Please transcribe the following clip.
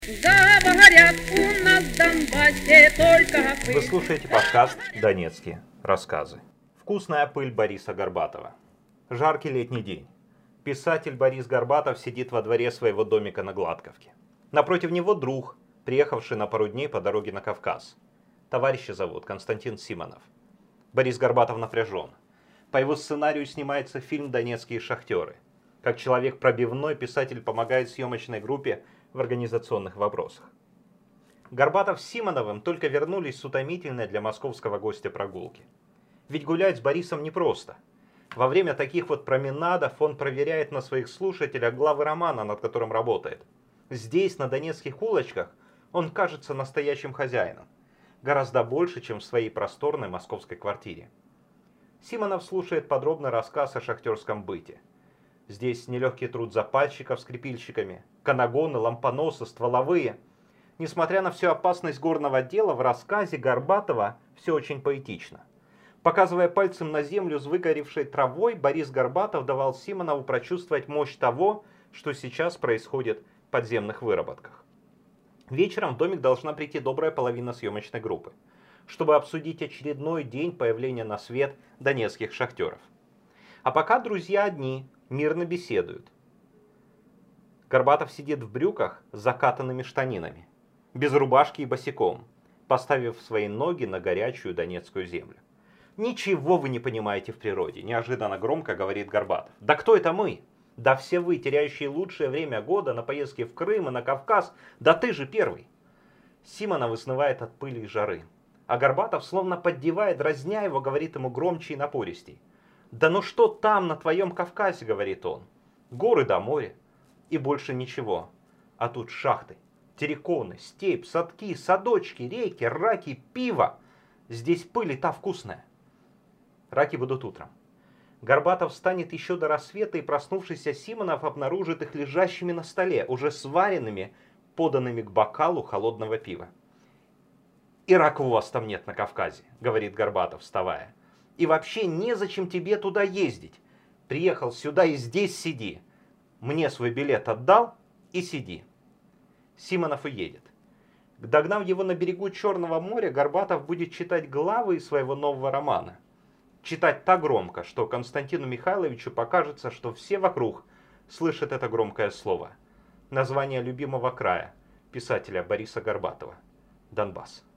Говорят, у нас в Донбассе только пыль. Вы слушаете подкаст «Донецкие рассказы». Вкусная пыль Бориса Горбатова. Жаркий летний день. Писатель Борис Горбатов сидит во дворе своего домика на Гладковке. Напротив него друг, приехавший на пару дней по дороге на Кавказ. Товарища зовут Константин Симонов. Борис Горбатов напряжен. По его сценарию снимается фильм «Донецкие шахтеры». Как человек пробивной, писатель помогает съемочной группе в организационных вопросах. Горбатов с Симоновым только вернулись с утомительной для московского гостя прогулки. Ведь гулять с Борисом непросто. Во время таких вот променадов он проверяет на своих слушателях главы романа, над которым работает. Здесь, на донецких улочках, он кажется настоящим хозяином. Гораздо больше, чем в своей просторной московской квартире. Симонов слушает подробный рассказ о шахтерском быте. Здесь нелегкий труд запальщиков с крепильщиками, канагоны, лампоносы, стволовые. Несмотря на всю опасность горного дела, в рассказе Горбатова все очень поэтично. Показывая пальцем на землю с выгоревшей травой, Борис Горбатов давал Симонову прочувствовать мощь того, что сейчас происходит в подземных выработках. Вечером в домик должна прийти добрая половина съемочной группы, чтобы обсудить очередной день появления на свет донецких шахтеров. А пока друзья одни, мирно беседуют. Горбатов сидит в брюках с закатанными штанинами, без рубашки и босиком, поставив свои ноги на горячую донецкую землю. «Ничего вы не понимаете в природе», – неожиданно громко говорит Горбатов. «Да кто это мы? Да все вы, теряющие лучшее время года на поездки в Крым и на Кавказ, да ты же первый!» Симонов изнывает от пыли и жары, а Горбатов, словно поддевая, дразня его, говорит ему громче и напористей. «Да ну что там на твоем Кавказе?» – говорит он. «Горы да море. И больше ничего. А тут шахты, терриконы, степь, садки, садочки, реки, раки, пиво. Здесь пыль и та вкусная. Раки будут утром». Горбатов встанет еще до рассвета, и проснувшийся Симонов обнаружит их лежащими на столе, уже сваренными, поданными к бокалу холодного пива. «И раков у вас там нет на Кавказе», — говорит Горбатов, вставая. «И вообще незачем тебе туда ездить. Приехал сюда и здесь сиди. Мне свой билет отдал и сиди». Симонов уедет. Догнав его на берегу Черного моря, Горбатов будет читать главы из своего нового романа. Читать так громко, что Константину Михайловичу покажется, что все вокруг слышат это громкое слово. Название любимого края писателя Бориса Горбатова – Донбасс.